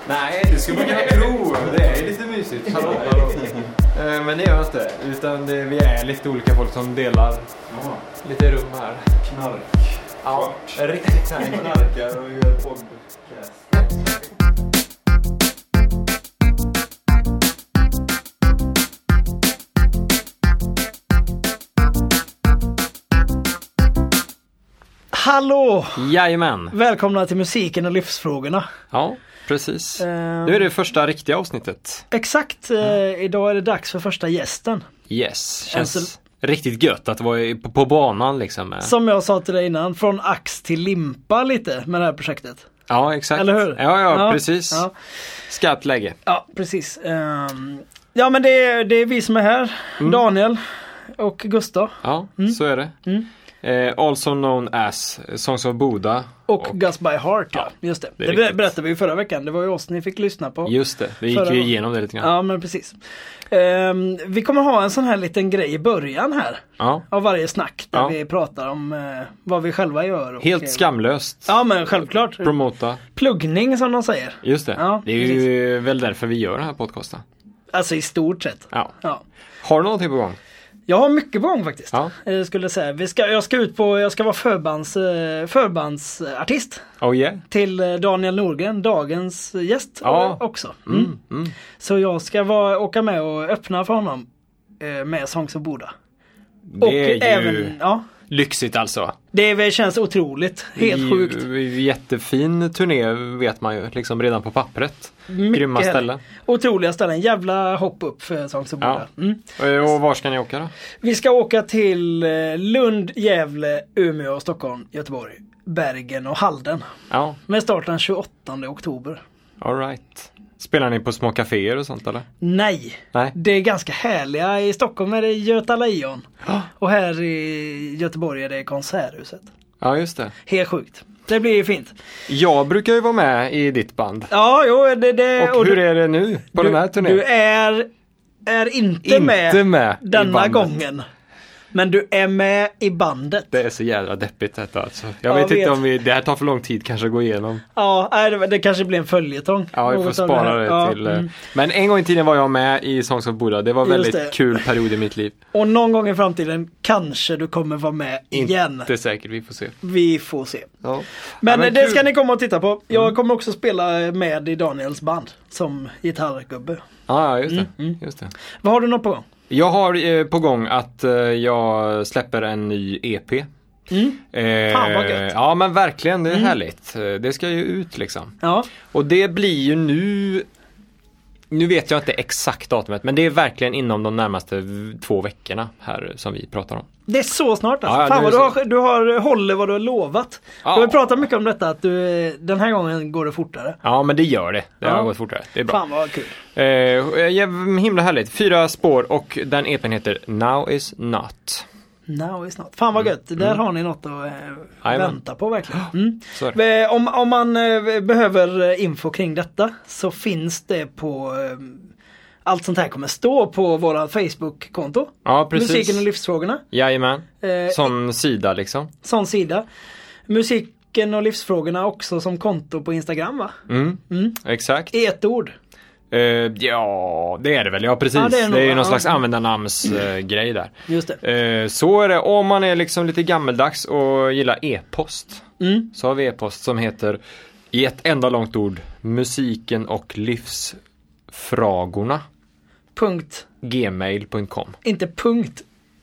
Nej, det ska man kunna tro. Det är lite mysigt. Men det gör jag inte. Utan vi är lite olika folk som delar lite rum här. Knark. Ja, riktigt knark. Knarkar och gör podcast. Hallå! Jajamän. Välkomna till musiken och livsfrågorna. Ja, precis. Nu är det första riktiga avsnittet. Exakt, idag är det dags för första gästen. Yes, känns riktigt gött att vara på banan liksom. Som jag sa till dig innan, från ax till limpa lite med det här projektet. Ja, exakt. Eller hur? Ja, precis. Ja. Skarpt läge. Ja, precis. Ja, men det är vi som är här. Daniel och Gustav. Ja, så är det. Also known as Songs of Buddha. Och Gus by Heart, ja. Just det. Det berättade vi ju förra veckan. Det var ju oss ni fick lyssna på. Just det, vi gick ju igenom det lite grann. Ja, men precis. Vi kommer ha en sån här liten grej i början här. Ja. Av varje snack där vi pratar om vad vi själva gör. Och, helt skamlöst. Ja, men självklart. Promota. Pluggning som de säger. Just det. Ja, det är ju väl därför vi gör den här podcasten. Alltså i stort sett. Ja. Ja. Har du någonting på gång? Jag har mycket på gång faktiskt. Ja. Skulle säga. Jag ska vara förbandsartist. Oh yeah. Till Daniel Norgren, dagens gäst också. Så jag ska åka med och öppna för honom med Songs of Buddha. Det är ju lyxigt alltså. Det känns otroligt. Helt sjukt. Jättefin turné vet man ju. Liksom redan på pappret. Grymma ställen. Otroliga ställen. Jävla hopp upp för Songs of Buddha. Och var ska ni åka då? Vi ska åka till Lund, Gävle, Umeå, Stockholm, Göteborg, Bergen och Halden. Ja. Med start den 28 oktober. All right. Spelar ni på små kaféer och sånt eller? Nej. Det är ganska härliga. I Stockholm är det Göta Lejon. Och här i Göteborg är det Konserthuset. Ja, just det. Helt sjukt. Det blir fint. Jag brukar ju vara med i ditt band. Ja, jo, det. Och hur är det nu på den här turnén? Du är inte med denna gången. Men du är med i bandet. Det är så jävla deppigt detta alltså. Jag vet inte om det här tar för lång tid kanske att gå igenom. Ja, det kanske blir en följetong. Ja, vi får spara det till. Men en gång i tiden var jag med i Songs of Buddha. Det var en väldigt kul period i mitt liv. Och någon gång i framtiden kanske du kommer vara med igen. Inte säkert, vi får se. Vi får se. Ja. Men det ska ni komma och titta på. Jag kommer också spela med i Daniels band som gitarrgubbe. Ja, just det. Just det. Vad har du något på gång? Jag har på gång att jag släpper en ny EP. Fan vad gött. Ja, men verkligen, det är härligt. Det ska ju ut liksom. Ja. Och det blir ju nu vet jag inte exakt datumet, men det är verkligen inom de närmaste 2 veckorna här som vi pratar om. Det är så snart alltså. Ja, fan vad du håller vad du har lovat. Ja. Du har pratat mycket om detta att den här gången går det fortare. Ja, men det gör det. Det har gått fortare. Det är bra. Fan vad kul. Himla härligt. 4 spår och den EPen heter Now Is Not. Now is not. Fan vad gött. Där har ni något att vänta på verkligen. Om man behöver info kring detta så finns det på allt sånt här kommer stå på våra Facebook-konto. Ja, precis. Musiken och livsfrågorna. Jajamän. Sån sida liksom. Sån sida. Musiken och livsfrågorna också som konto på Instagram, va? Exakt. I ett ord. Ja, det är det väl. Ja, precis. Ja, det är ju någon slags användarnamnsgrej där. Just det. Så är det. Om man är liksom lite gammeldags och gillar e-post. Så har vi e-post som heter i ett enda långt ord musiken och livsfrågorna. .gmail.com. Inte punkt.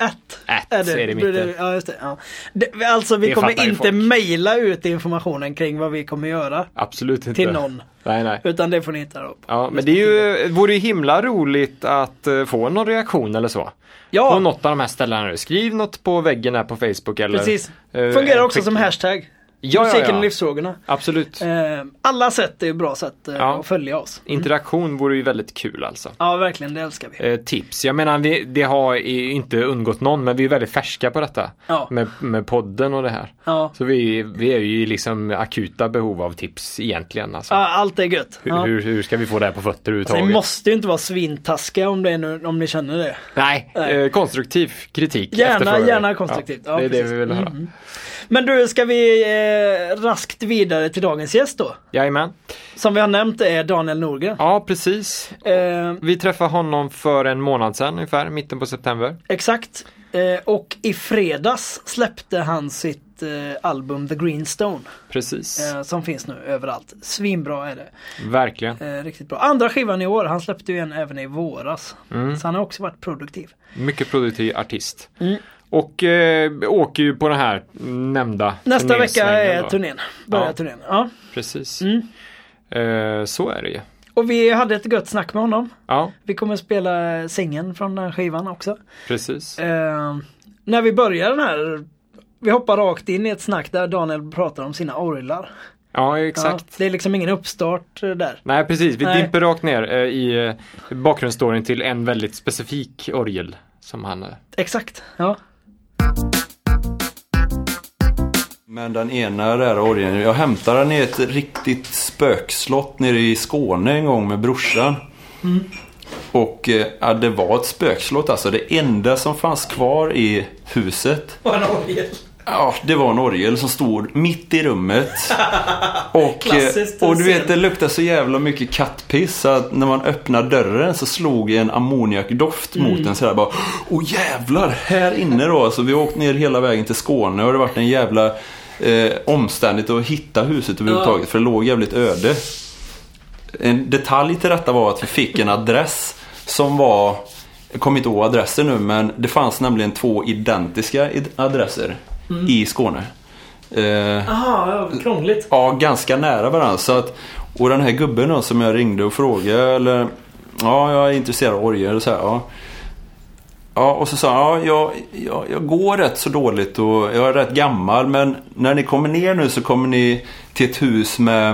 Är det mitt. Ja, just det. Ja. Alltså vi kommer inte mejla ut informationen kring vad vi kommer göra. Absolut inte. Till någon. Nej. Utan det får ni hitta upp. Ja, men vore ju himla roligt att få någon reaktion eller så. Ja. På något av de här ställena. Skriv något på väggen här på Facebook eller. Precis. Fungerar också som hashtag. Musiken och livsfrågorna. Absolut. Alla sätt är bra sätt att följa oss. Interaktion vore ju väldigt kul alltså. Ja, verkligen, det älskar vi. Tips. Jag menar, det har inte undgått någon, men vi är väldigt färska på detta. Ja. Med podden och det här. Ja. Så vi är ju liksom akuta behov av tips egentligen. Alltså. Ja, allt är gött. Hur ska vi få det här på fötter överhuvudtaget? Ni måste ju inte vara svintaskiga om ni känner det. Nej. Konstruktiv kritik. Gärna konstruktivt. Ja, det är det vi vill höra. Men du, ska vi raskt vidare till dagens gäst då? Jajamän. Som vi har nämnt är Daniel Norgren. Ja, precis. Vi träffade honom för en månad sedan ungefär, mitten på september. Exakt. Och i fredags släppte han sitt album The Green Stone. Precis. Som finns nu överallt. Svinbra är det. Verkligen. Riktigt bra. Andra skivan i år, han släppte ju en även i våras. Så han har också varit produktiv. Mycket produktiv artist. Och åker ju på den här nämnda nästa vecka är turnén. Börjar turnén. Ja. Precis. Så är det ju. Och vi hade ett gött snack med honom. Ja. Vi kommer spela singeln från den skivan också. Precis. När vi börjar den här, vi hoppar rakt in i ett snack där Daniel pratar om sina orglar. Ja, exakt. Ja, det är liksom ingen uppstart där. Nej, precis. Vi dimper rakt ner i bakgrundsstoryn till en väldigt specifik orgel som han... Exakt, ja. Men den ena där orgeln, jag hämtade den i ett riktigt spökslott nere i Skåne en gång med brorsan. Och det var ett spökslott, alltså det enda som fanns kvar i huset var en orgel. Ja, det var en orgel som stod mitt i rummet. Och du vet, det luktade så jävla mycket kattpiss så att när man öppnade dörren så slog en ammoniakdoft mot den så där bara, åh jävlar, här inne då. Alltså vi åkte ner hela vägen till Skåne och det varit en jävla omständigt att hitta huset överhuvudtaget, för det låg jävligt öde. En detalj till detta var att vi fick en adress som var, jag kommer inte ihåg adressen nu, men det fanns nämligen 2 identiska adresser i Skåne. Krångligt. Ja, ganska nära varandra. Så att, och den här gubben då, som jag ringde och frågade, eller ja, jag är intresserad av orgel och så här, ja, och så sa han, jag går rätt så dåligt och jag är rätt gammal, men när ni kommer ner nu så kommer ni till ett hus med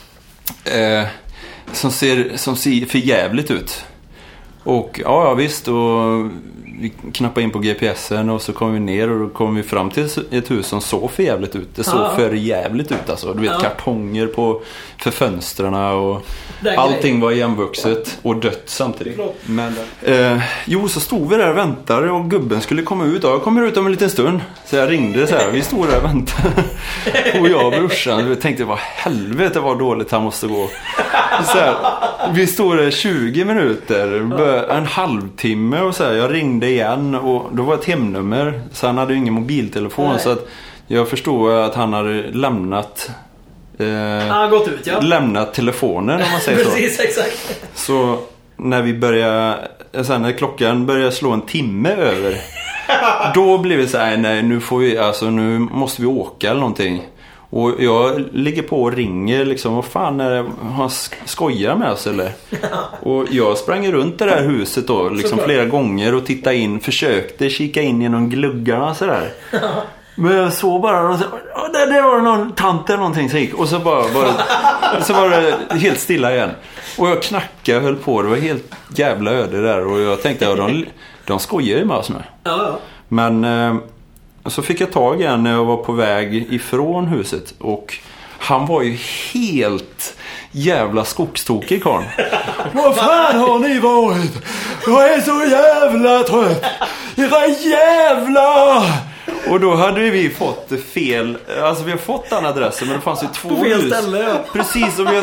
som ser för jävligt ut. Och ja visst, och vi knappade in på GPSen och så kom vi ner och då kom vi fram till ett hus som såg för jävligt ut. Det såg för jävligt ut alltså. Du vet, kartonger för fönstren och allting var igenvuxet och dött samtidigt. Men, så stod vi där och väntade och gubben skulle komma ut. Jag kommer ut om en liten stund. Så jag ringde så här, vi stod där och väntade. Och jag och brorsan, vi tänkte, vad helvete vad dåligt han måste gå. Så här, vi stod där 20 minuter, en halvtimme och så här, jag ringde igen och då var ett hemnummer, så han hade ju ingen mobiltelefon. Nej. Så att jag förstod att han hade lämnat gått ut, ja. Lämnat telefonen, om man säger så. Precis, exakt. Så när vi började, sen när klockan började slå en timme över, då blev det så här, nej, nu måste vi åka eller någonting. Och jag ligger på och ringer liksom, vad fan är det, han skojar med oss eller? Och jag sprang runt det där huset då liksom flera gånger och tittade in, försökte kika in genom gluggarna sådär. Men jag såg bara, det var någon tant eller någonting som gick. Och så var det helt stilla igen. Och jag knackade, höll på, det var helt jävla öde där. Och jag tänkte, de skojar ju med oss nu. Men så fick jag tag i en när jag var på väg ifrån huset. Och han var ju helt jävla skogstokig, karl. Vad fan har ni varit? Jag är så jävla trött. Era jävla... Och då hade vi fått fel, alltså vi har fått den adressen, men det fanns ju 2 hus. Ställe, ja. Precis, och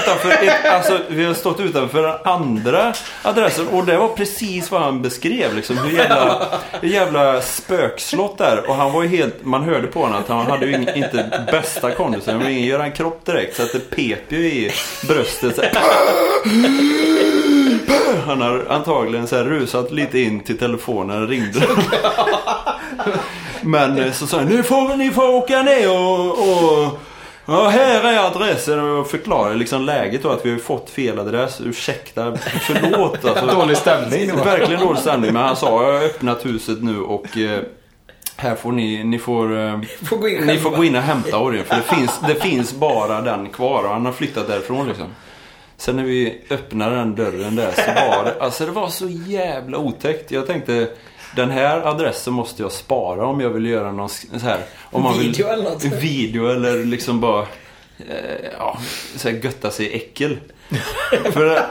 vi har stått utanför den andra adressen, och det var precis vad han beskrev liksom, hur jävla spökslott där. Och han var ju helt, man hörde på honom att han hade ju inte bästa kondisen, han ville göra en kropp direkt, så att det pep ju i bröstet så här. Han har antagligen så här rusat lite in till telefonen och ringde. Men så sa han, ni får åka ner och här är adressen, och förklarade liksom läget då, att vi har fått fel adress. Ursäkta, förlåt alltså. Dålig stämning. Verkligen dålig stämning, men han sa, jag har öppnat huset nu och här får ni får gå in och hämta orgeln, för det finns bara den kvar, och han har flyttat därifrån liksom. Sen när vi öppnade den dörren där så var det, alltså det var så jävla otäckt. Jag tänkte, den här adressen måste jag spara om jag vill göra någon så här, om man vill video eller liksom bara så här götta sig i äckel. För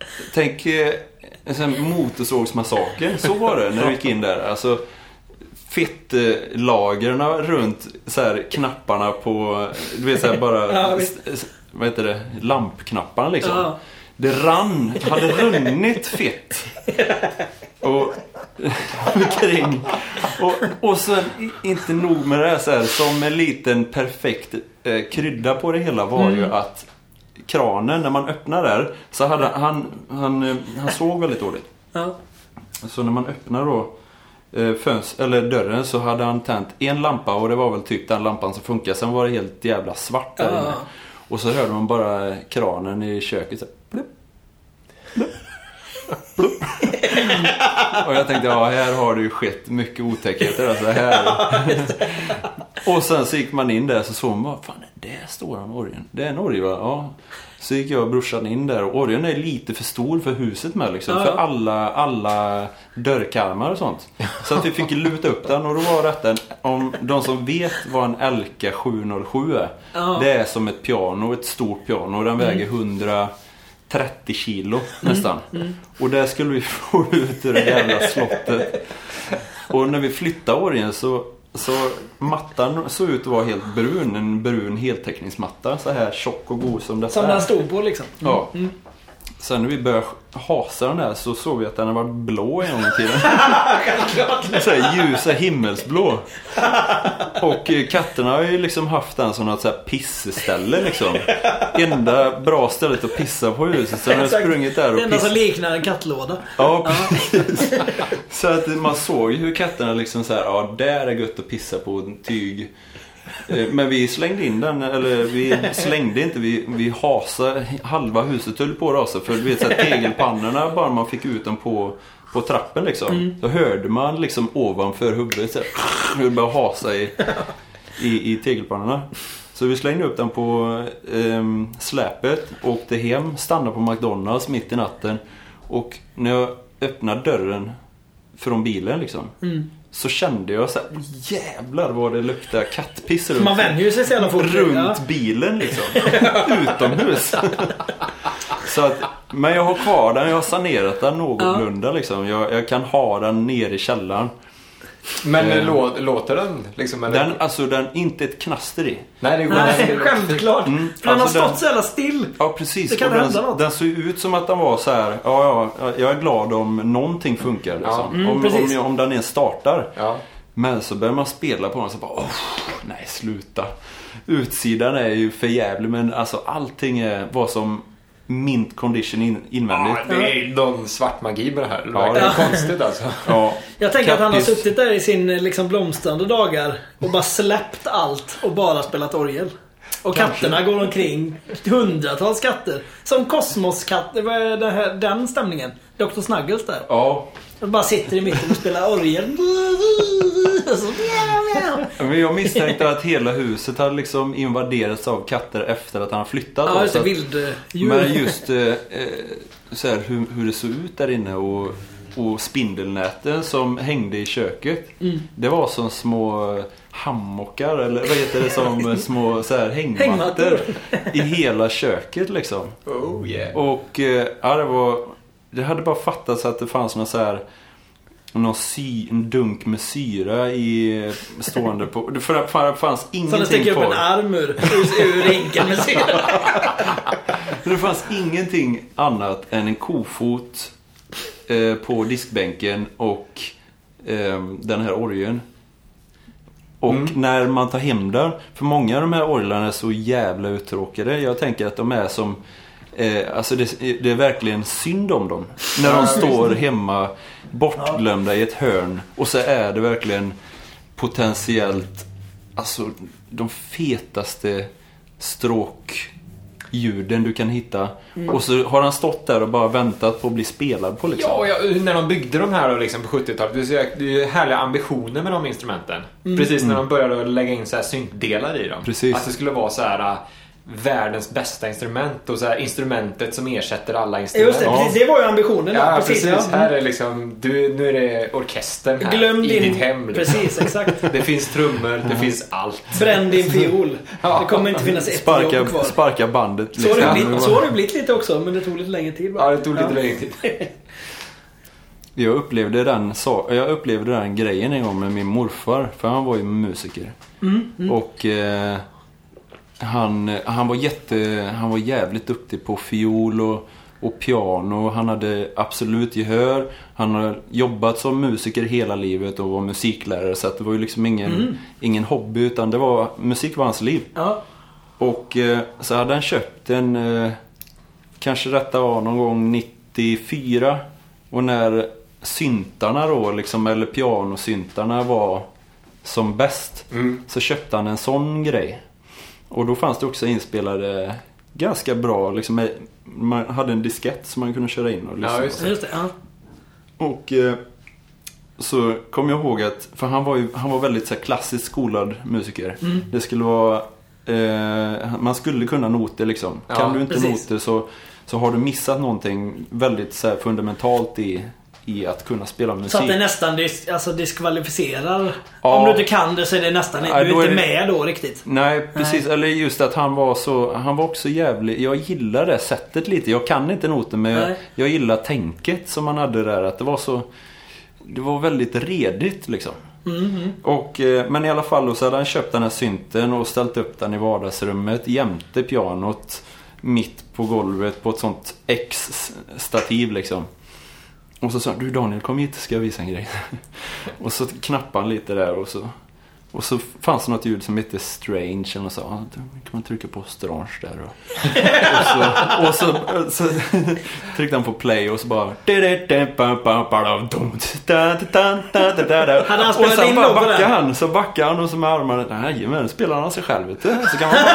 tänk en sån motorsågsmassaker, så var det när vi gick in där. Alltså fettlagren runt så här knapparna på, du vet så här bara vad heter det, lampknapparna liksom. Det hade runnit fett och kring och sen inte nog med det här, så här som en liten perfekt krydda på det hela var ju att kranen, när man öppnar där, så hade han såg väldigt dåligt. Så när man öppnar då eller dörren, så hade han tänt en lampa, och det var väl typ den lampan som funkar. Sen var det helt jävla svart där inne. Och så hörde man bara kranen i köket så plupp, plupp, plupp. Och jag tänkte, här har det ju skett mycket otäckheter alltså här. Och sen så gick man in där, så såg man bara, fan, där står han, orgeln. Det är en orgel, va? Ja. Så gick jag och brorsan in där, och orgeln är lite för stor för huset med liksom, för alla dörrkarmar och sånt. Så att vi fick luta upp den, och då var detta, om de som vet vad en Elka 707 är, det är som ett piano, ett stort piano, och den väger 130 kilo nästan. Och där skulle vi få ut ur det jävla slottet. Och när vi flyttade orgeln så mattan såg ut att vara helt brun. En brun heltäckningsmatta. Så här tjock och god som detta. Som den stod på liksom. Ja. Sen när vi började hasa den här, så såg vi att den var blå en gång i tiden. Så här ljusa himmelsblå. Och katterna har ju liksom haft den som något så här pisseställe liksom. Enda bra stället att pissa på huset. Så den har sprungit där och pissat. Det enda som liknar en kattlåda. Ja, precis. Så att man såg ju hur katterna liksom så här, där är gött att pissa på en tyg. Men vi slängde in den, eller vi slängde inte, vi hasade, halva huset höll på att rasa, för du vet så här, tegelpannorna, bara man fick ut dem på trappen liksom, då hörde man liksom ovanför huvudet så här, hur det började hasa i tegelpannorna. Så vi slängde upp den på släpet, åkte hem, stannade på McDonalds mitt i natten, och när jag öppnade dörren från bilen liksom, så kände jag så här, jävlar vad det luktar kattpiss runt. Man vänjer ju sig sedan runt bilen liksom. Utomhus. Så att, men jag har kvar den, jag har sanerat den någorlunda liksom. Jag kan ha den nere i källaren. Men låter den liksom, eller? Den inte ett knaster i. Nej, det är självklart. För den har stått så jävla still. Ja, precis. Det kan hända något. Den såg ut som att den var så här. Jag är glad om någonting funkar liksom. Om den ens startar. Men så börjar man spela på den, så bara, nej, sluta. Utsidan är ju för jävlig, men alltså allting var som mint condition invändigt. Ja, det är någon svart magi med det här. Det är konstigt alltså. Ja. Jag tänker att han har suttit där i sin liksom blomstrande dagar och bara släppt allt och bara spelat orgel. Och katterna går omkring, hundratals katter. Som kosmoskatter, vad är den stämningen? Dr. Snuggles där. Ja. Och bara sitter i mitten och spelar orgel. Men jag misstänkte att hela huset hade liksom invaderats av katter efter att han har flyttat. Ja, det är vilddjur. Men just så här, hur det såg ut där inne, och spindelnäten som hängde i köket. Det var som små hammockar, eller vad heter det, som små så här hängmattor i hela köket liksom. Oh yeah. Och det hade bara fattats att det fanns någon så här en dunk med syra i stående på. Det fanns ingenting. Så det sticker upp en arm ur rinken med syra. Det fanns ingenting annat än en kofot på diskbänken och den här orgeln. Och när man tar hem den, för många av de här orglarna är så jävla uttråkade. Jag tänker att de är som alltså det är verkligen synd om dem när de står hemma bortglömda i ett hörn, och så är det verkligen potentiellt alltså de fetaste stråkljuden du kan hitta. Och så har han stått där och bara väntat på att bli spelad på liksom. Ja, när de byggde de här då, liksom på 70-talet, det är ju härliga ambitioner med de instrumenten. Precis när de började lägga in så här syntdelar i dem. Precis. Att det skulle vara så här världens bästa instrument, och så här instrumentet som ersätter alla instrument. Just det, det var ju ambitionen. Ja, precis. Här är liksom nu är det orkestern här i ditt hem. Liksom. Precis, exakt. Det finns trummor, det finns allt. Bränn din fiol. Det kommer inte finnas ett jobb kvar. Sparka bandet. Liksom. Så har det blivit lite också, men det tog lite längre tid. Ja, det tog lite längre tid. Jag upplevde den grejen en gång med min morfar. För han var ju musiker. Och han var jävligt duktig på fiol och piano. Han hade absolut gehör. Han har jobbat som musiker hela livet och var musiklärare. Så att det var ju liksom ingen hobby, utan musik var hans liv. Ja. Och så hade han köpt en, kanske detta var någon gång 94. Och när syntarna då liksom, eller pianosyntarna var som bäst, så köpte han en sån grej. Och då fanns det också inspelade ganska bra liksom, man hade en diskett som man kunde köra in och lyssna. Ja, just det. Ja. Och så kom jag ihåg att, för han var väldigt så här, klassiskt skolad musiker. Det skulle vara man skulle kunna noter liksom. Ja, kan du inte precis. noter så har du missat någonting väldigt så här, fundamentalt i att kunna spela musik. Så att det nästan diskvalificerar. Ja. Om du inte kan det så är det nästan du är inte med då riktigt. Nej, precis. Nej. Eller just att han var också jävligt. Jag gillar det sättet lite. Jag kan inte noter, men jag gillar tänket som han hade där. Att det var väldigt redigt liksom. Och, men i alla fall så hade han köpt den här synten och ställt upp den i vardagsrummet jämte pianot mitt på golvet på ett sånt X-stativ liksom. Och så sa han, du Daniel, kom hit, ska jag visa en grej. Och så knappade han lite där och så fanns det något ljud som heter Strange och så kan man trycka på Strange där och så tryckte han på play och så bara så backade han och så med armarna, nej men spelar han sig själv vet du? Så kan man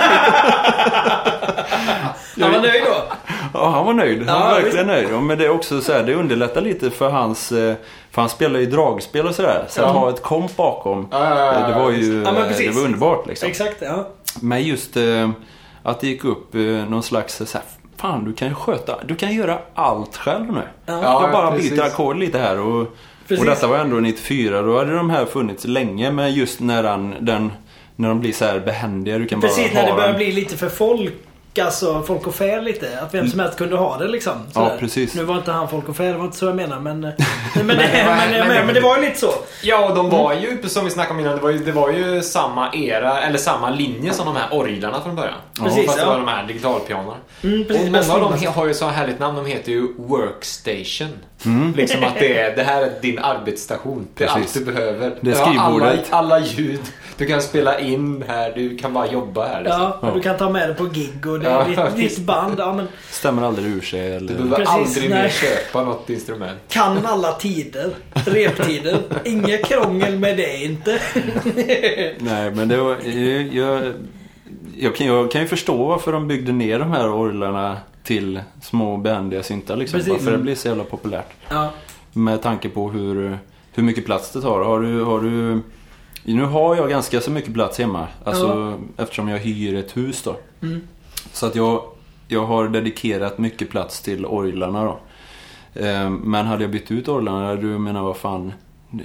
Han var nöjd då? Ja, han var nöjd. Han var verkligen nöjd. Men det är också så här, det underlättar lite för för han spelar ju dragspel och sådär. Så att ha ett komp bakom, det var ju det var underbart liksom. Exakt, ja. Men just att det gick upp någon slags så här, fan du kan göra allt själv nu. Jag bara byter ackord lite här och detta var ändå 94. Då hade de här funnits länge, men just när de blir så här behändiga, du kan precis, bara när det börjar bli lite för folk och fär lite. Att vem som helst kunde ha det liksom. Ja, precis. Nu var inte han folk och fär, det var inte så jag menar. Men det var ju lite så. Ja, och de var ju, som vi snackade om innan, det var ju samma era, eller samma linje som de här orglarna från början. Precis, fast det var de här digitalpianorna. Precis, och många av dem har ju så härligt namn, de heter ju Workstation. Liksom att det här är din arbetsstation. Det är allt du behöver. Det är skrivbordet. Alla ljud. Du kan spela in här, du kan bara jobba här. Liksom. Ja, och du kan ta med det på gig och det är ditt band. Ja, men... Stämmer aldrig ur sig. Eller... Du behöver aldrig mer köpa något instrument. Kan alla tider. Reptider. Inget krångel med det inte. Nej, men det var... Jag kan ju förstå varför de byggde ner de här orglarna till små bändiga syntar liksom. Varför det blir så jävla populärt. Ja. Med tanke på hur mycket plats det tar. Har du nu har jag ganska så mycket plats hemma. Alltså eftersom jag hyr ett hus då. Så att jag har dedikerat mycket plats till orglarna då. Men hade jag bytt ut orglarna, du menar vad fan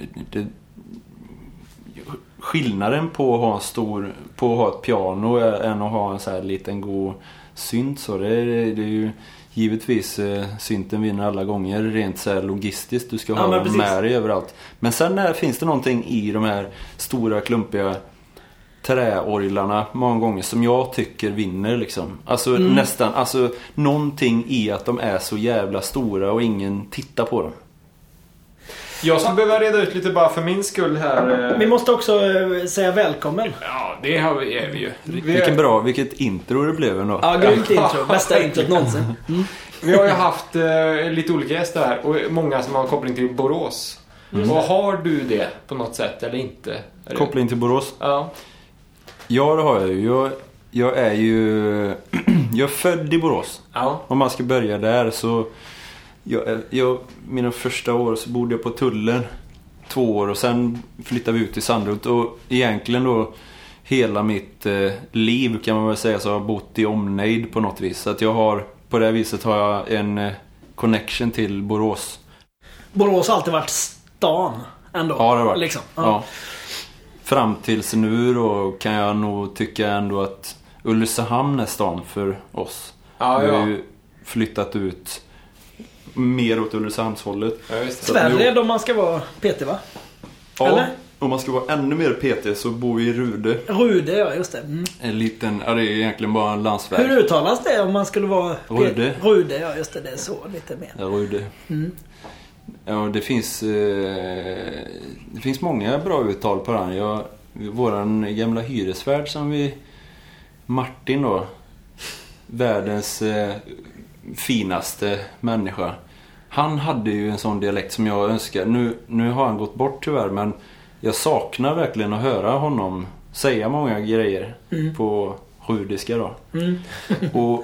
skillnaden på att ha ett piano än att ha en så här liten god synt, så det är ju givetvis synten vinner alla gånger rent så här logistiskt. Du ska ha med dig överallt. Men sen finns det någonting i de här stora klumpiga träorglarna många gånger som jag tycker vinner liksom. Alltså nästan, alltså någonting i att de är så jävla stora och ingen tittar på dem. Jag skulle behöva reda ut lite bara för min skull här. Vi måste också säga välkommen. Ja, det har vi ju. Vilket intro det blev ändå. Ja, grymt intro. Bästa introt någonsin. Vi har ju haft lite olika gäster här och många som har koppling till Borås. Och har du det på något sätt eller inte? Koppling till Borås? Ja. Ja, det har jag ju. Jag är ju jag är född i Borås. Ja. Om man ska börja där så mina första år så bodde jag på Tullen 2 år och sen flyttade vi ut till Sandhult, och egentligen då hela mitt liv kan man väl säga så har jag bott i omnejd på något vis. Så att på det viset har jag en connection till Borås. Borås har alltid varit stan ändå. Ja, det har varit. Liksom. Ja. Fram tills nu då kan jag nog tycka ändå att Ulricehamn är stan för oss. Ja, vi har ju flyttat ut mer åt Ulricehamnshållet. Sverige om man ska vara PT, va? Ja, eller? Om man ska vara ännu mer PT så bor vi i Rude. Rude, ja, just det. En liten, det är egentligen bara en landsväg. Hur uttalas det om man skulle vara Rude? Rude, ja, just det. Det är så lite mer. Ja, Rude. Ja, det finns många bra uttal på den. Våran gamla hyresvärd som Martin då, världens finaste människa. Han hade ju en sån dialekt som jag önskar. Nu har han gått bort tyvärr, men jag saknar verkligen att höra honom säga många grejer på rudiska då. Och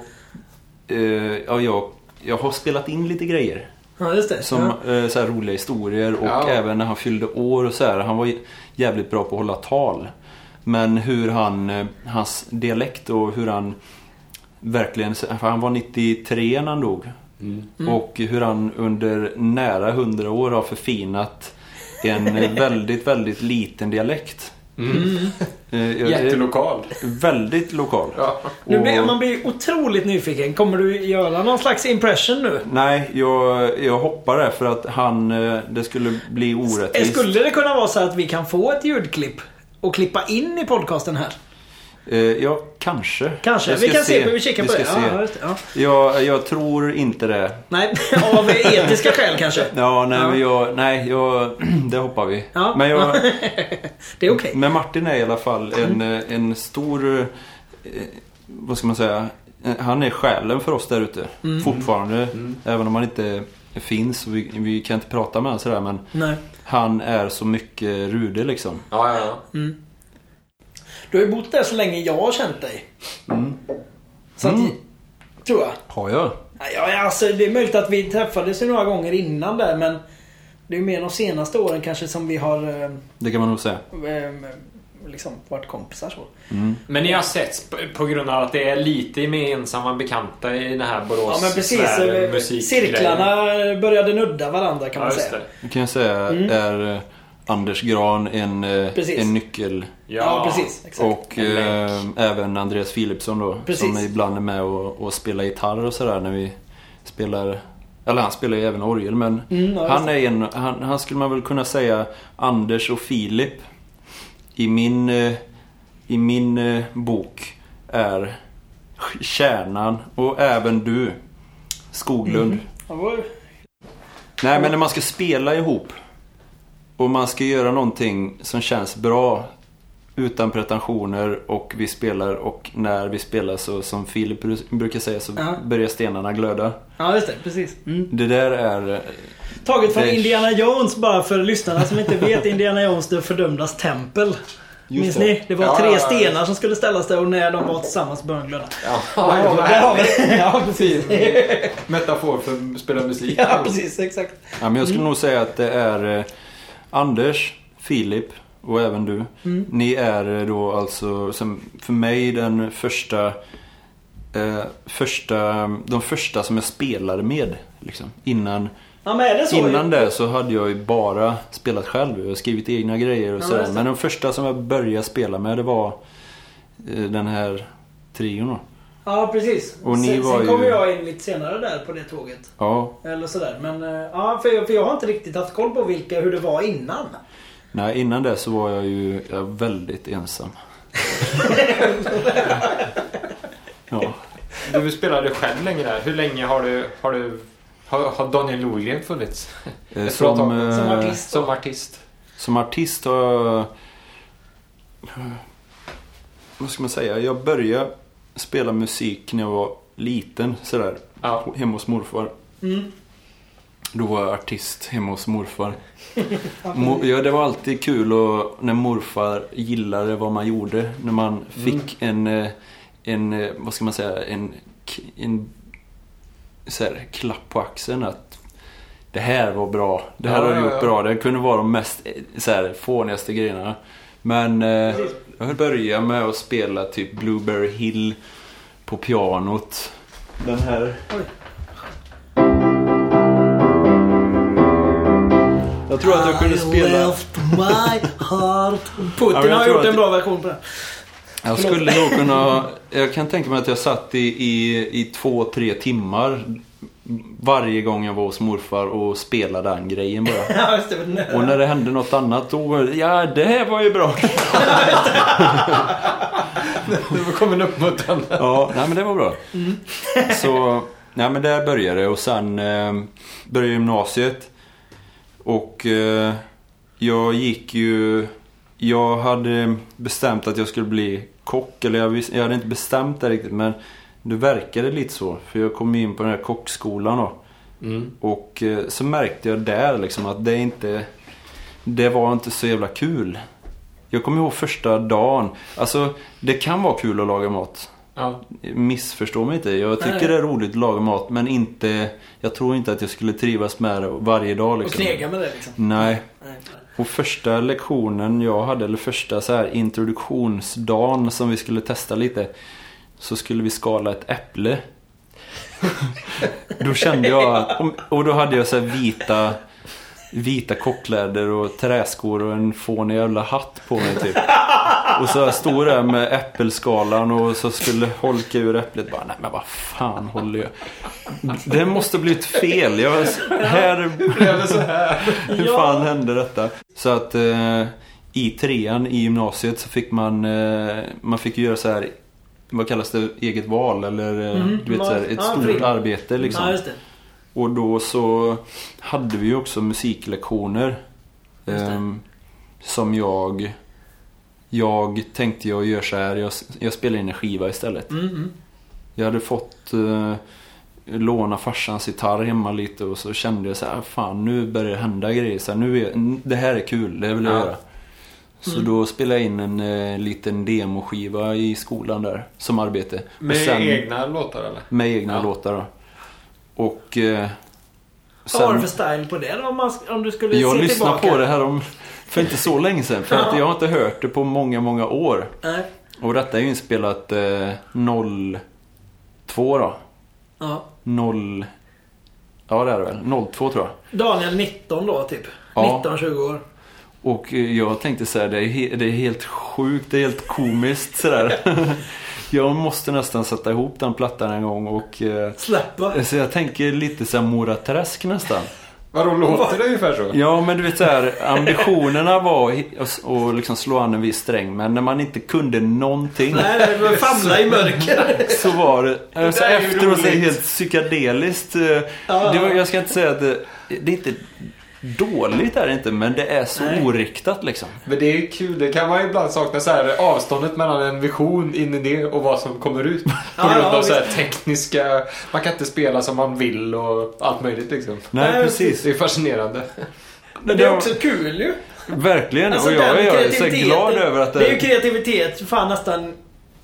jag har spelat in lite grejer. Ja, just det. Som så här roliga historier och även när han fyllde år och så här. Han var jävligt bra på att hålla tal. Men hur hans dialekt och hur han verkligen, för han var 93 när han dog. Och hur han under nära 100 år har förfinat en väldigt, väldigt liten dialekt. Jättelokal. Väldigt lokal. Ja. Man blir otroligt nyfiken. Kommer du göra någon slags impression nu? Nej, jag hoppar det för att det skulle bli orättvist. Skulle det kunna vara så att vi kan få ett ljudklipp och klippa in i podcasten här? Ja, kanske. Vi kan se, vi kikar på det. Ja. Jag tror inte det. Nej, av etiska skäl kanske. Ja, det hoppar vi. Ja. Men det är okej. Men Martin är i alla fall en stor, vad ska man säga, han är själen för oss där ute. Fortfarande, även om han inte finns. Vi kan inte prata med honom sådär, men han är så mycket Rude liksom. Ja. Du har ju bott där så länge jag har känt dig. Så att, tror jag. Har jag? Ja, alltså det är möjligt att vi träffades ju några gånger innan där, men det är ju mer de senaste åren kanske som vi har det kan man nog säga. Liksom varit kompisar så. Men ni har sett på grund av att det är lite gemensamma bekanta i den här Borås. Ja, men precis. Cirklarna började nudda varandra kan man säga. Det kan jag säga är Anders Gran en nyckel. Ja, precis. Exakt. Och även Andreas Philipsson då, som ibland är med och spelar gitarr och sådär när vi spelar. Eller han spelar ju även orgel, men han skulle man väl kunna säga Anders och Filip i min bok är kärnan, och även du Skoglund. Nej, men när man ska spela ihop och man ska göra någonting som känns bra utan pretensioner, och vi spelar, och när vi spelar så, som Filip brukar säga, så börjar stenarna glöda. Ja, just det, precis. Det där är taget från Indiana Jones, bara för lyssnarna som inte vet. Indiana Jones, det fördömdas tempel. Minns ni? Det var 3 stenar som skulle ställas där, och när de var tillsammans började glöda. Ja, precis. Metafor för att spela musik. Ja, precis, exakt. Ja, men jag skulle nog säga att det är Anders, Filip och även du. Ni är då alltså som för mig den de första som jag spelade med liksom. Innan det så hade jag ju bara spelat själv och skrivit egna grejer och sådär. Men den första som jag började spela med, det var den här trion då. Ja, precis. Och sen kom jag in lite senare där på det tåget. Ja. Eller sådär. Men för jag har inte riktigt haft koll på hur det var innan. Nej, innan det så var jag ju väldigt ensam. Ja. Du spelade själv länge där. Hur länge har Daniel Lorgren funnits? Som artist. Som artist har, vad ska man säga, jag började spela musik när jag var liten sådär, hemma hos morfar. Då var jag artist hemma hos morfar. Det var alltid kul när morfar gillade vad man gjorde, när man fick en vad ska man säga, en så här, klapp på axeln att det här var bra, det här har du gjort bra. Det kunde vara de mest så här, fånigaste grejerna. Men jag började med att spela typ Blueberry Hill på pianot. Den här. Jag tror att jag kunde spela Putin har gjort en bra version på det. Jag skulle nog kunna. Jag kan tänka mig att jag satt i 2-3 timmar varje gång jag var hos morfar och spelade den grejen bara. Ja, just det. Och när det hände något annat då, ja det här var ju bra. Du kommer upp mot den. Ja, nej men det var bra. Så, nej men där började det och sen började gymnasiet. Och jag hade bestämt att jag skulle bli kock. Eller jag hade inte bestämt det riktigt, men det verkade lite så. För jag kom in på den här kockskolan då. Och så märkte jag där liksom att det var inte så jävla kul. Jag kommer ihåg första dagen. Alltså det kan vara kul att laga mat. Ja. Missförstå mig inte. Jag tycker det är roligt att laga mat, men inte, jag tror inte att jag skulle trivas med det varje dag liksom. Och knega med det liksom. Nej. Och första lektionen jag hade, eller första så här introduktionsdagen som vi skulle testa lite, så skulle vi skala ett äpple. Då kände jag att, och då hade jag så här vita kockkläder och träskor och en fånig jävla hatt på mig typ. Och så stod där med äppelskalan och så skulle holka ur äpplet. Bara, nej men vad fan håller jag? Det måste bli ett fel. Här blev det så här. Hur fan hände detta? Så att i 3:an i gymnasiet så fick man fick göra så här, vad kallas det, eget val eller du vet så här, ett stort arbete liksom. Ja, just det. Och då så hade vi ju också musiklektioner som jag tänkte jag gör så här, jag spelar in en skiva istället. Jag hade fått låna farsans gitarr hemma lite och så kände jag så här, fan nu börjar det hända grejer så här, det här är kul, det vill jag göra. Så då spelade jag in en liten demoskiva i skolan där som arbete. Med egna låtar eller? Med egna låtar då. Och vad var det för style på det då, om du skulle se tillbaka? Jag lyssnade på det här för inte så länge sedan. För att jag har inte hört det på många, många år. Nej. Och detta är ju inspelat 02 då. Ja. Ja det är det väl. 02 tror jag. Daniel 19 då typ. Ja. 19-20 år. Och jag tänkte så här, det är helt sjukt, det är helt komiskt sådär. Jag måste nästan sätta ihop den plattan en gång och släppa. Så jag tänker lite så här Mora Träsk nästan. Vadå, låter det ungefär så? Ja, men du vet så här, ambitionerna var att liksom slå an en viss sträng, men när man inte kunde någonting. Nej, det var famla i mörker. Så var det. Så efteråt så är det helt psykedeliskt. Jag ska inte säga att det är inte dåligt är det inte, men det är så oriktat liksom. Men det är ju kul, det kan man ju ibland sakna så här, avståndet mellan en vision in i det och vad som kommer ut. På grund av så här tekniska, man kan inte spela som man vill och allt möjligt liksom. Nej, precis. Det är fascinerande. Men det är också kul ju. Verkligen, alltså, och jag är så glad över att det är ju kreativitet fan nästan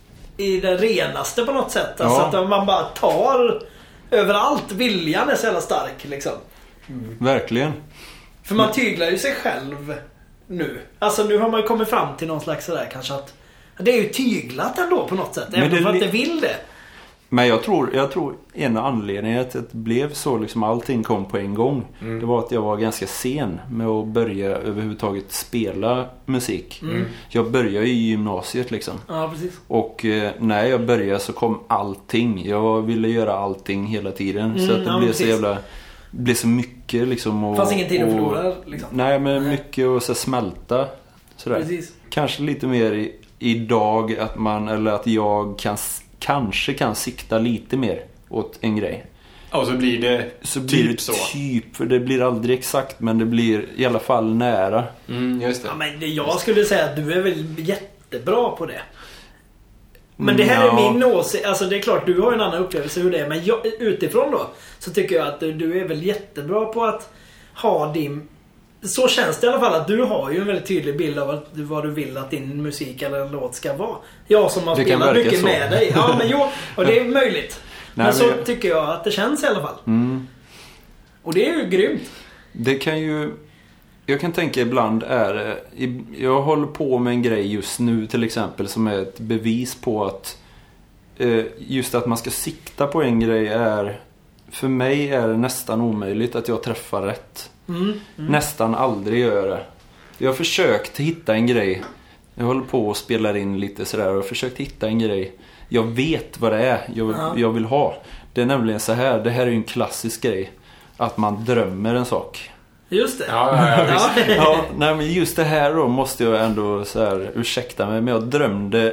i det renaste på något sätt. Alltså att man bara tar överallt, viljan är så jävla stark liksom. Verkligen. För man tyglar ju sig själv nu. Alltså nu har man kommit fram till någon slags sådär kanske att det är ju tyglat ändå på något sätt. Även för att det vill det. Men jag tror en anledning att det blev så liksom allting kom på en gång. Det var att jag var ganska sen med att börja överhuvudtaget spela musik. Jag började i gymnasiet liksom. Ja, precis. Och när jag började så kom allting. Jag ville göra allting hela tiden. Så att det blev så jävla... Det blev så mycket liksom. Det fanns ingen tid att förlora liksom. Nej, men mycket att så smälta. Sådär. Precis. Kanske lite mer idag att jag kanske kan sikta lite mer åt en grej. Och så blir det typ, för det blir aldrig exakt, men det blir i alla fall nära. Just det. Ja, men jag skulle säga att du är väl jättebra på det. Men det här är min åsikt. Alltså det är klart, du har en annan upplevelse hur det är. Men utifrån då så tycker jag att du är väl jättebra på att ha din... Så känns det i alla fall att du har ju en väldigt tydlig bild av vad du vill att din musik eller låt ska vara. Jag som har spelat mycket med dig. Ja, men och det är möjligt. Men så tycker jag att det känns i alla fall. Och det är ju grymt. Det kan ju... Jag kan tänka ibland jag håller på med en grej just nu till exempel som är ett bevis på att just att man ska sikta på en grej för mig är det nästan omöjligt att jag träffar rätt. Nästan aldrig gör det. Jag har försökt hitta en grej. Jag håller på och spelar in lite sådär och har försökt hitta en grej. Jag vet vad det är jag vill ha. Det är nämligen så här, det här är ju en klassisk grej. Att man drömmer en sak. Just det. Ja, nej, men just det här då måste jag ändå så här, ursäkta mig, men jag drömde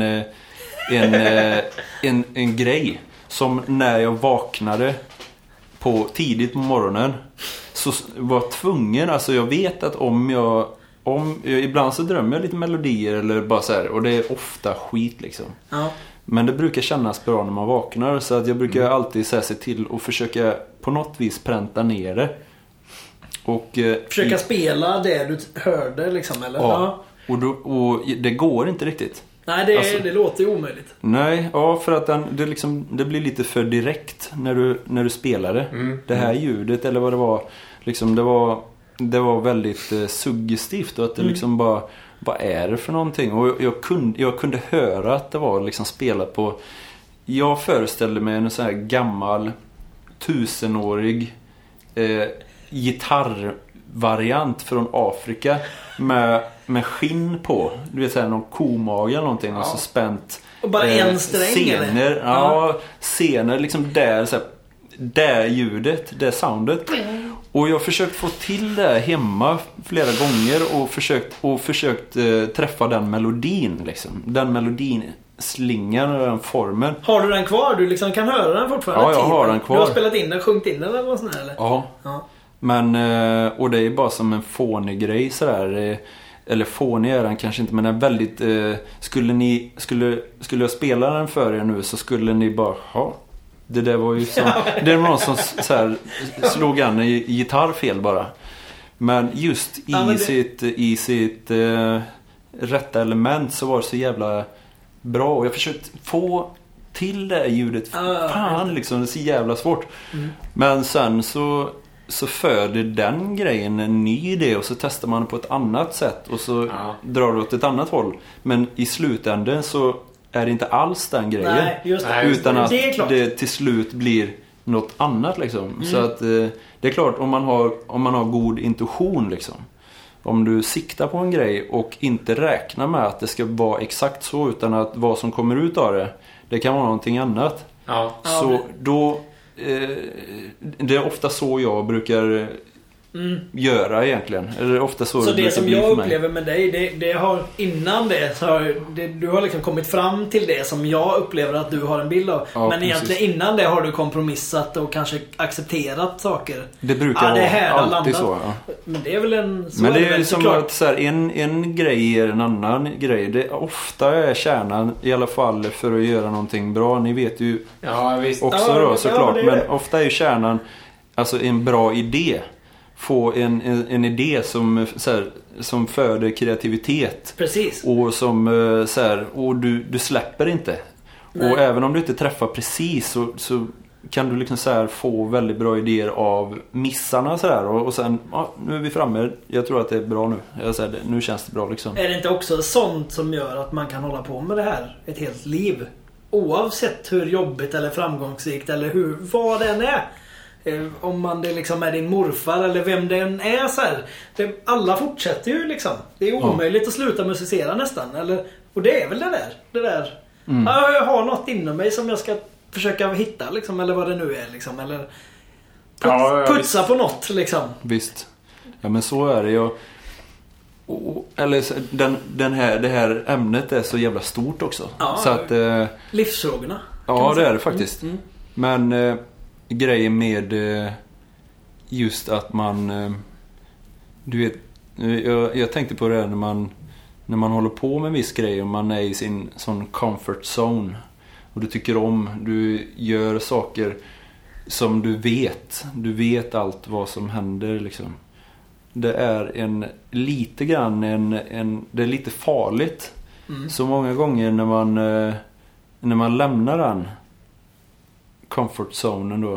en grej som när jag vaknade tidigt på morgonen så var jag tvungen, alltså jag vet att ibland så drömmer jag lite melodier eller bara så här, och det är ofta skit liksom. Ja. Men det brukar kännas bra när man vaknar, så att jag brukar alltid så här, se till och försöka på något vis pränta ner det. Och försöka spela det du hörde liksom, eller? Ja. Och det går inte riktigt. Nej, det låter ju omöjligt. Nej, för att det blir lite för direkt när du spelar det. Det här ljudet eller vad det var, liksom det var väldigt suggestivt, och att det liksom bara, vad är det för någonting? Och jag kunde höra att det var liksom spelat på, jag föreställde mig en sån här gammal 1000-årig gitarrvariant från Afrika med skinn på, du vet såhär, någon komage eller någonting, och så spänt och bara en sträng scener, scener liksom där så här, där ljudet, det soundet. Och jag har försökt få till det hemma flera gånger och försökt träffa den melodin liksom. Den melodin, slingan och den formen. Har du den kvar? Du liksom kan höra den fortfarande? Ja, jag har den kvar. Du har spelat in den, sjungit in den eller vad sånt eller? Ja. Men, och det är bara som en fånig grej sådär. Eller fånig är den kanske inte, men den är väldigt... Skulle jag spela den för er nu så skulle ni bara... Det där var ju som... Det var någon som så här, slog an i gitarr fel bara. Men just i sitt rätta element så var det så jävla bra. Och jag försökte få till det ljudet. Fan liksom, det är så jävla svårt. Men sen så föder den grejen en ny idé, och så testar man på ett annat sätt och så drar det åt ett annat håll. Men i slutändan så är det inte alls den grejen. Nej, just det. Utan att det till slut blir något annat liksom. Så att det är klart, om man har god intuition liksom. Om du siktar på en grej och inte räknar med att det ska vara exakt så, utan att vad som kommer ut av det kan vara någonting annat. Så då det är ofta så jag brukar göra egentligen. Eller ofta så det som jag upplever med dig, det har innan det så har du har liksom kommit fram till det som jag upplever att du har en bild av. Men precis. Egentligen innan det har du kompromissat och kanske accepterat saker. Det brukar vara alltid så. Men det är väl men det är ju som att så här, en grej är en annan grej. Det ofta är kärnan, i alla fall för att göra någonting bra. Ni vet ju också då såklart. Men ofta är ju kärnan alltså en bra idé. Få en idé som föder kreativitet. Precis. Och som så här, och du släpper inte. Nej. Och även om du inte träffar precis så kan du liksom så här få väldigt bra idéer av missarna så där, och sen nu är vi framme. Jag tror att det är bra nu. Jag säger det, nu känns det bra liksom. Är det inte också sånt som gör att man kan hålla på med det här ett helt liv? Oavsett hur jobbigt eller framgångsrikt eller vad det än är. Om man det liksom är din morfar eller vem det än är så här. Alla fortsätter ju liksom. Det är omöjligt att sluta musicera nästan. Och det är väl det där. Jag har något inom mig som jag ska försöka hitta liksom, eller vad det nu är liksom. Eller putsa på något liksom. Visst. Ja, men så är det ju. Eller det här ämnet är så jävla stort också. Ja, så att, livsfrågorna. Ja, det är det faktiskt. Men grejen med just att man du vet, jag tänkte på det här när man håller på med en viss grej och man är i sin sån comfort zone och du gör saker som du vet allt vad som händer liksom. Det är lite grann det är lite farligt. Så många gånger när man lämnar den comfort zonen då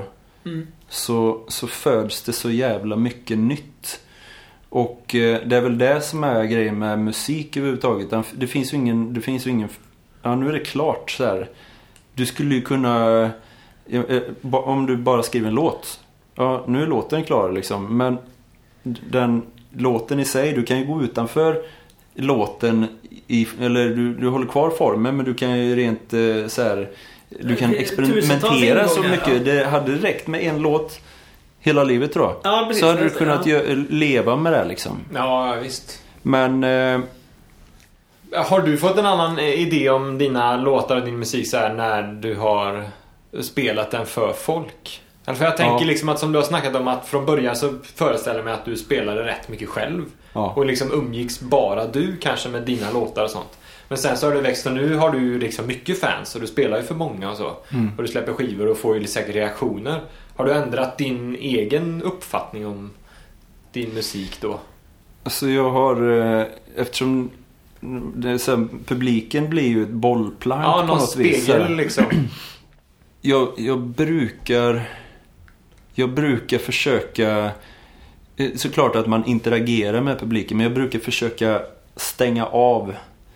så föds det så jävla mycket nytt. Och det är väl det som är grejen med musik överhuvudtaget. Det finns ju ingen nu är det klart så här. Du skulle ju kunna om du bara skriver en låt. Ja, nu är låten klar liksom, men den låten i sig, du kan ju gå utanför låten eller du håller kvar formen, men du kan ju rent så här du kan experimentera så mycket. Ja. Det hade räckt med en låt hela livet, tror jag. Ja, precis, så hade du kunnat leva med det liksom. Ja, visst. Men har du fått en annan idé om dina låtar och din musik så här, när du har spelat den för folk? För jag tänker liksom att, som du har snackat om, att från början så föreställer jag mig att du spelade rätt mycket själv. Ja. Och liksom umgicks bara du kanske med dina låtar och sånt. Men sen så har du växt och nu har du liksom mycket fans och du spelar ju för många och så. Och du släpper skivor och får ju säkert reaktioner. Har du ändrat din egen uppfattning om din musik då? Alltså jag har, eftersom det är så här, publiken blir ju ett bollplank på något vis. Ja, någon spegel liksom. Jag brukar försöka, såklart att man interagerar med publiken, men jag brukar försöka stänga av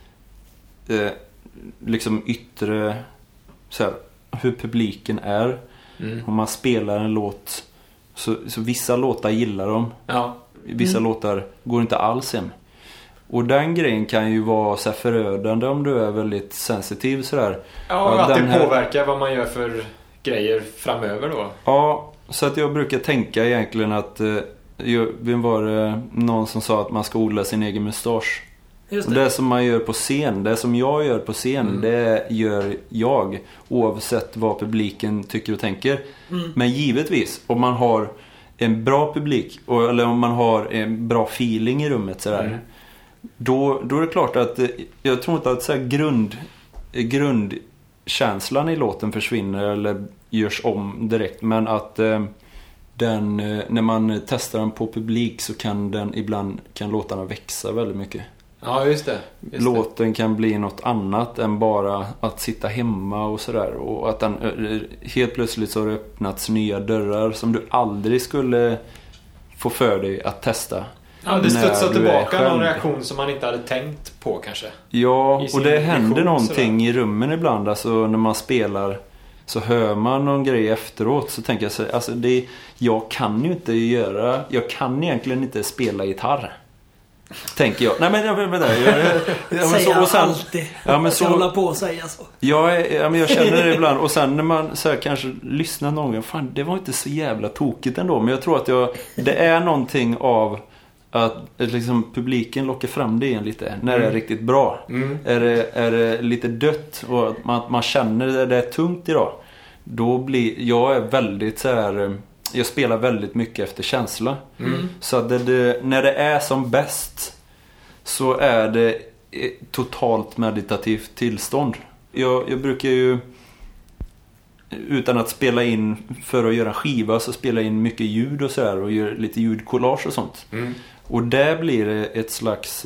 liksom yttre så här, hur publiken är. Om man spelar en låt så vissa låtar gillar de. Ja. Vissa låtar går inte alls hem. Och den grejen kan ju vara så här förödande om du är väldigt sensitiv sådär. Ja, att det påverkar vad man gör för grejer framöver då. Ja, så att jag brukar tänka egentligen att vem var det någon som sa att man ska odla sin egen mustasch. Just det som man gör på scen, det som jag gör på scen, det gör jag oavsett vad publiken tycker och tänker. Men givetvis, om man har en bra publik eller om man har en bra feeling i rummet sådär, då är det klart att jag tror inte att så här grundkänslan i låten försvinner eller görs om direkt, men att den, när man testar den på publik så kan låtarna växa väldigt mycket. Ja, just det. Låten kan bli något annat än bara att sitta hemma och sådär. Och att den helt plötsligt så har det öppnats nya dörrar som du aldrig skulle få för dig att testa. Ja, det studsar tillbaka någon reaktion som man inte hade tänkt på kanske. Ja, och det händer någonting i rummen ibland. Alltså när man spelar så hör man någon grej efteråt, så tänker jag så, alltså jag kan egentligen inte spela gitarr. Tänker jag. Nej men vänta. Säger så, alltid. Ja, men så hålla på och säga så. Men jag känner det ibland. Och sen när man så här, kanske lyssnar någon gång, fan, det var inte så jävla tokigt ändå. Men jag tror att det är någonting av att liksom, publiken lockar fram det igen lite. När det är riktigt bra. Är det lite dött och att man känner det är tungt idag. Då blir jag är väldigt så här. Jag spelar väldigt mycket efter känsla. Så att när det är som bäst så är det totalt meditativt tillstånd. Jag brukar ju, utan att spela in för att göra skiva, så spelar in mycket ljud och så här och gör lite ljudkollage och sånt. Och där blir det ett slags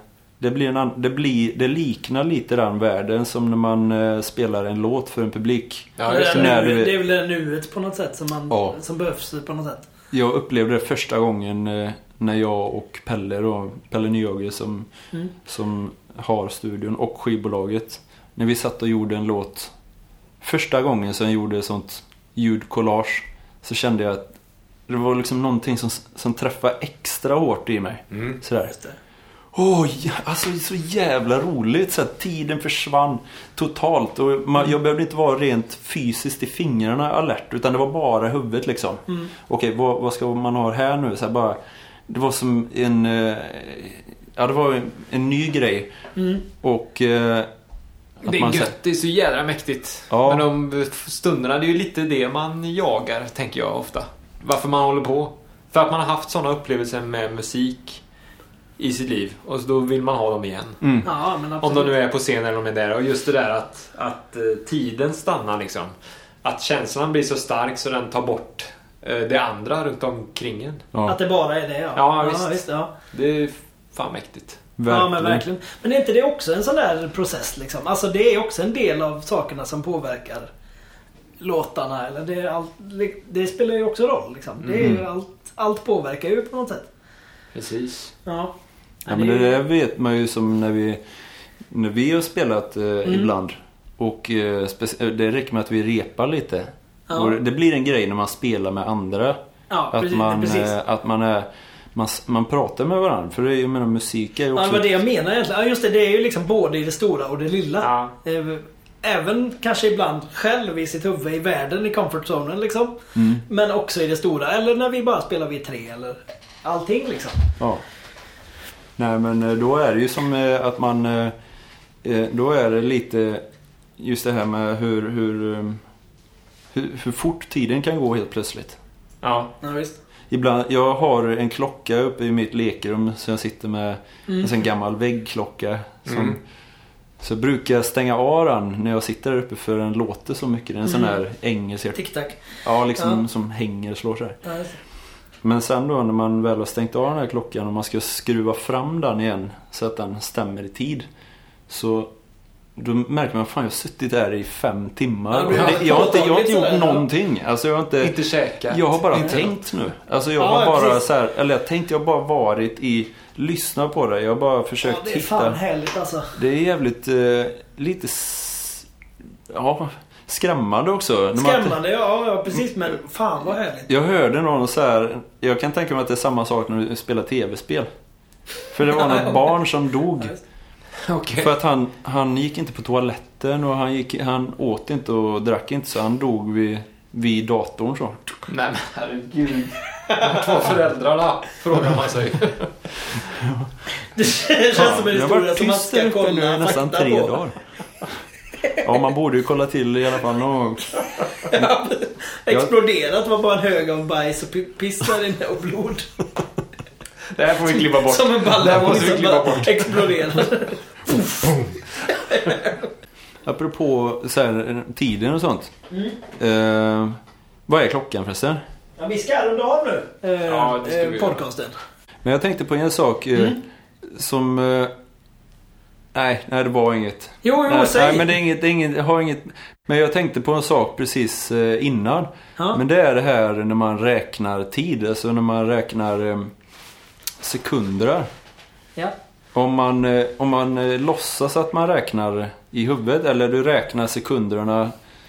det liknar lite den världen som när man spelar en låt för en publik. Ja, det är väl det nuet på något sätt som behövs på något sätt. Jag upplevde det första gången när jag och Pelle Nyhage som har studion och skivbolaget, när vi satt och gjorde en låt. Första gången som jag gjorde sånt ljudkollage, så kände jag att det var liksom någonting som träffade extra hårt i mig. Sådär. Alltså det är så jävla roligt så att tiden försvann totalt och jag behövde inte vara rent fysiskt i fingrarna alert, utan det var bara huvudet liksom. Okej, vad ska man ha här nu? Så här, bara, det var som det var en ny grej. Och det är gött, det är så jävla mäktigt. Men de stunderna, det är ju lite det man jagar, tänker jag ofta. Varför man håller på. För att man har haft sådana upplevelser med musik i sitt liv. Och då vill man ha dem igen. Ja, men om de nu är på scen eller om de är där. Och just det där att tiden stannar liksom. Att känslan blir så stark så den tar bort det andra runt omkring en. Ja. Att det bara är det, ja. Ja, visst. Det är fan mäktigt. Verkligen. Ja, men verkligen. Men är inte det också en sån där process liksom? Alltså det är också en del av sakerna som påverkar låtarna. Eller det spelar ju också roll liksom. Det är ju allt påverkar ju på något sätt. Precis. Ja. Men det där vet man ju som när vi har spelat ibland. Och det räcker med att vi repar lite. Ja. Och det blir en grej när man spelar med andra. Ja, att man pratar med varandra. För det är ju, musik är ju också... Ja, det var det jag menar egentligen. Ja, just det är ju liksom både i det stora och det lilla. Ja. även kanske ibland själv i sitt huvud i världen i comfort-zonen liksom. Men också i det stora. Eller när vi bara spelar V3 eller allting liksom. Ja. Nej, men då är det ju som att man... Då är det lite just det här med hur fort tiden kan gå helt plötsligt. Ja, visst. Ibland, jag har en klocka uppe i mitt lekrum så jag sitter med en sån gammal väggklocka som... Så brukar jag stänga av den när jag sitter där uppe för den låter så mycket. Det är en sån här engelsk... Tic-tac. Ja, liksom som hänger och slår sig. Ja, men sen då när man väl har stängt av den här klockan och man ska skruva fram den igen så att den stämmer i tid. Så då märker man, fan jag har suttit där i 5 timmar. Jag har inte gjort någonting. Alltså jag har inte käkat. Jag har bara tänkt nu. Alltså jag har bara så här, eller jag har bara varit i lyssna på det. Jag har bara försökt hitta. Det är fan härligt alltså. Det är jävligt lite skrämmande också. Skrämmande, ja precis, men fan vad härligt. Jag hörde någon så här, jag kan tänka mig att det är samma sak när du spelar tv-spel. För det var något barn som dog. Okay. För att han gick inte på toaletten och han åt inte och drack inte, så han dog vid datorn så. Nej men herregud. De 2 föräldrarna frågar man sig. Det känns som en historia som man ska kolla nu nästan 3 dagar. Ja, man borde ju kolla till i alla fall någon gång. Exploderat var bara en hög av bajs och piss där inne och blod. Det här får vi klippa bort. Som en ballong som bara exploderar. Apropå så här, tiden och sånt. Vad är klockan förresten? Ja, vi ska runda av nu podcasten. Men jag tänkte på en sak som... Nej, det var inget. Jo, säg. Nej, men det är inget, jag har inget. Men jag tänkte på en sak precis innan. Ja. Men det är det här när man räknar tid. Alltså när man räknar sekunder. Ja. Om man låtsas att man räknar i huvudet, eller du räknar sekunderna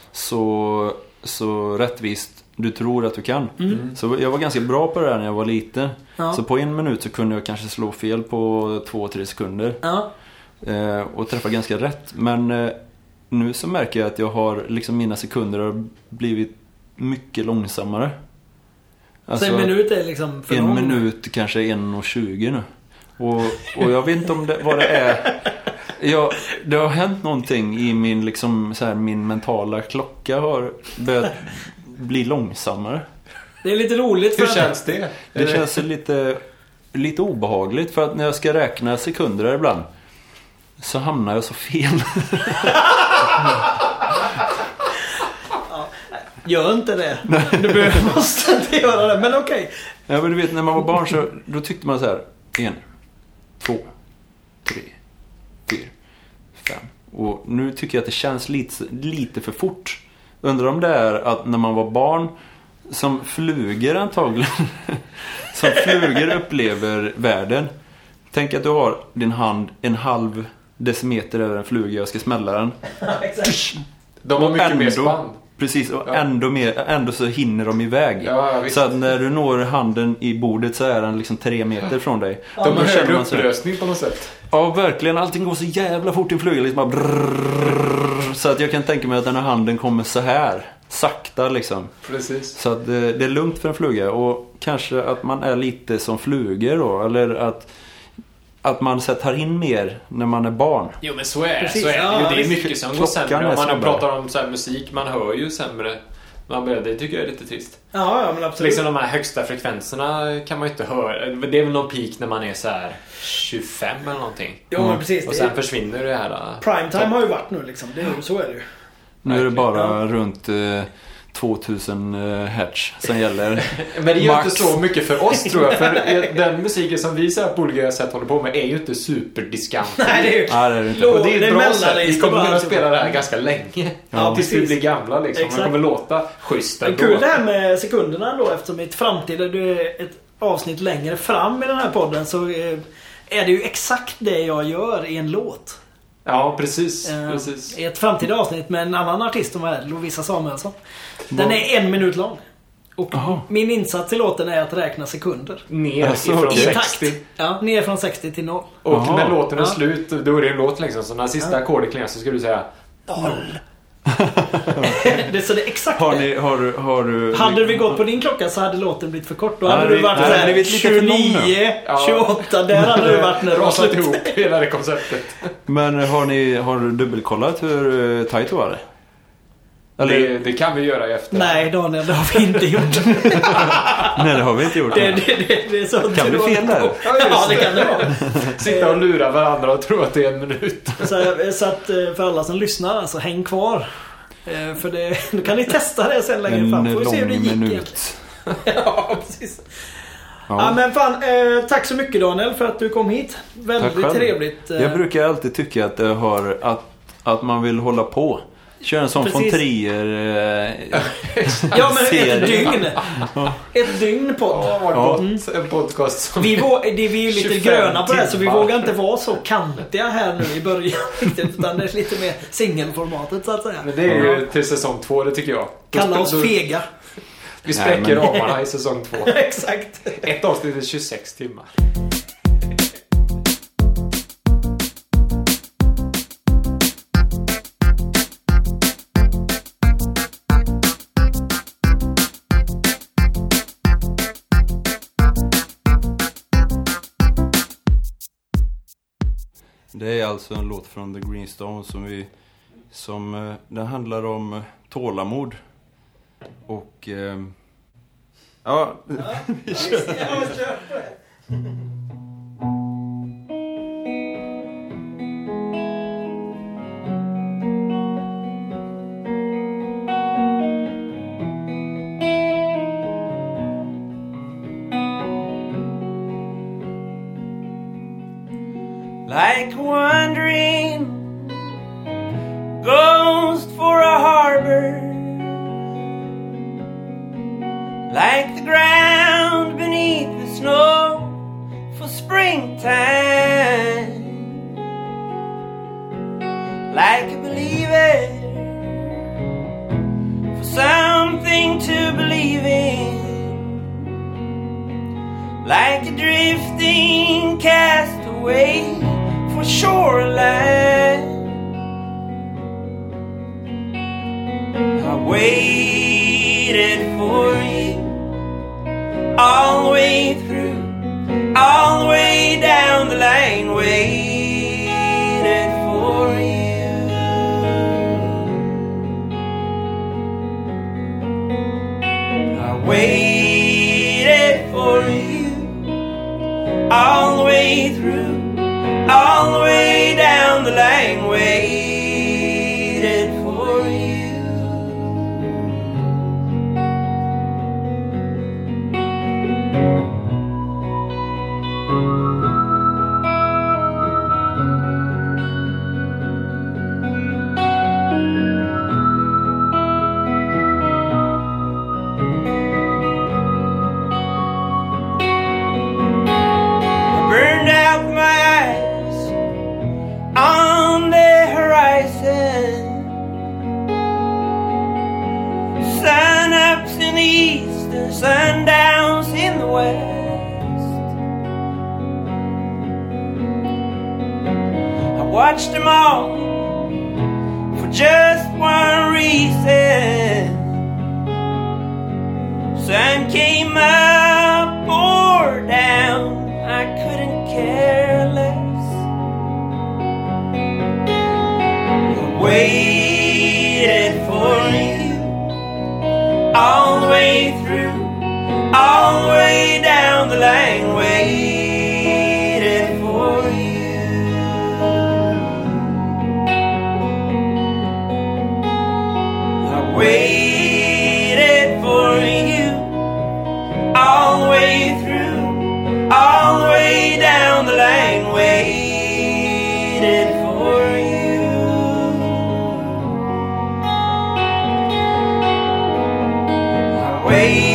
så rättvist du tror att du kan. Så jag var ganska bra på det där när jag var liten. Ja. Så på 1 minut så kunde jag kanske slå fel på 2-3 sekunder. Ja. Och träffa ganska rätt. Men nu så märker jag att jag har liksom, mina sekunder har blivit mycket långsammare. Alltså, så 1 minut är liksom för 1 minut kanske 1:20 nu. Och jag vet inte om vad det är. Det har hänt någonting i min liksom, så här, min mentala klocka har börjat bli långsammare. Det är lite roligt. Hur känns det? Det känns lite obehagligt, för att när jag ska räkna sekunder ibland så hamnar jag så fel. Gör inte det. Du måste inte göra det, men okej. Ja, men du vet, när man var barn så då tyckte man så här: 1, 2, 3, 4, 5. Och nu tycker jag att det känns lite för fort. Undrar om det är att när man var barn, som flugor antagligen, som flugor upplever världen. Tänk att du har din hand 1/2 decimeter över en fluga, jag ska smälla den. Exakt. De har mycket mer spann. Precis, och ändå så hinner de iväg. Ja, så att när du når handen i bordet så är den liksom 3 meter från dig. De har högre upplösning på något sätt. Ja, verkligen. Allting går så jävla fort i en fluga. Liksom bara så att jag kan tänka mig att den här handen kommer så här. Sakta liksom. Precis. Så att det är lugnt för en fluga. Och kanske att man är lite som flugor då. Eller att man tar in mer när man är barn. Jo, men så är det. Precis. Så är det. Ja, det är mycket som går sämre. Om man snabbare. pratar om så här musik, man hör ju sämre. Det tycker jag är lite trist. Ja, men absolut. Liksom de här högsta frekvenserna kan man ju inte höra. Det är väl någon peak när man är så här 25 eller någonting. Jo, men precis. Och sen försvinner det här. Primetime har ju varit nu liksom. Så är det ju. Nu är det bara runt 2000 hertz som gäller. Men det är ju inte så mycket för oss, tror jag. För den musiken som vi så här på olika sätt håller på med är ju inte superdiskant. Nej, det är ju det är inte. Och det är ett bra sätt. Vi kommer kunna spela det här ganska länge. Ja, tills vi blir gamla liksom. Man kommer låta schysst ändå. Kul det här med sekunderna då, eftersom i ett framtida, det är ett avsnitt längre fram i den här podden, så är det ju exakt det jag gör i en låt. Ja, precis. I ett framtida avsnitt med en annan artist som är Lovisa Samuelsson. Den är 1 minut lång. Och min insats i låten är att räkna sekunder. Ner ifrån 60. Takt. Ja, ner från 60 till 0. Och när låten är slut, då är det en låt liksom. Så när sista ackordet klingar så ska du säga 0. Det är så det är exakt. Har du... Hade vi gått på din klocka så hade låten blivit för kort. Då hade du varit såhär 29, 28. Där hade du varit när rasat ihop hela det konceptet. Men har du dubbelkollat hur tajt var det? Eller? Det kan vi göra i efter. Nej Daniel, det har vi inte gjort. Nej, det har vi inte gjort. Det är så kan det bli fel där? Ja, det kan det vara. Sitta och lura varandra och tro att det är 1 minut. Så att för alla som lyssnar, alltså häng kvar. För då kan ni testa det sen längre fram. Får vi se hur det gick minut. Ja, precis. Ja, men fan, tack så mycket Daniel för att du kom hit. Väldigt trevligt. Jag brukar alltid tycka att det att man vill hålla på. Kör en sån von Trier ja, men ett dygn. Ett dygn på en podcast som vi är lite gröna på det, så vi vågar inte vara så kantiga här nu i början. Utan det är lite mer singelformatet så att säga. Men det är ju till säsong 2, det tycker jag. Kalla oss fega. Vi spräcker ramarna i säsong 2. Exakt. Ett avsnitt är 26 timmar. Det är alltså en låt från The Greenstones som den handlar om tålamod. Och ja, vi kör. Like wandering ghost for a harbor, like the ground beneath the snow for springtime, like a believer for something to believe in, like a drifting castaway for shoreline. I waited for you all the way through, all the way down the line. Waited for you. I waited for you all the way through, all the way down the line, waited for you. I burned out my eyes on the horizon, sun-ups in the east and sundowns in the west. I watched them all for just one reason. Sun came up or down, I couldn't care less. Waited for you all the way through, all the way down the line. Waited for you. I waited for you all the way through, all the way down the line. Waited for you. Wait.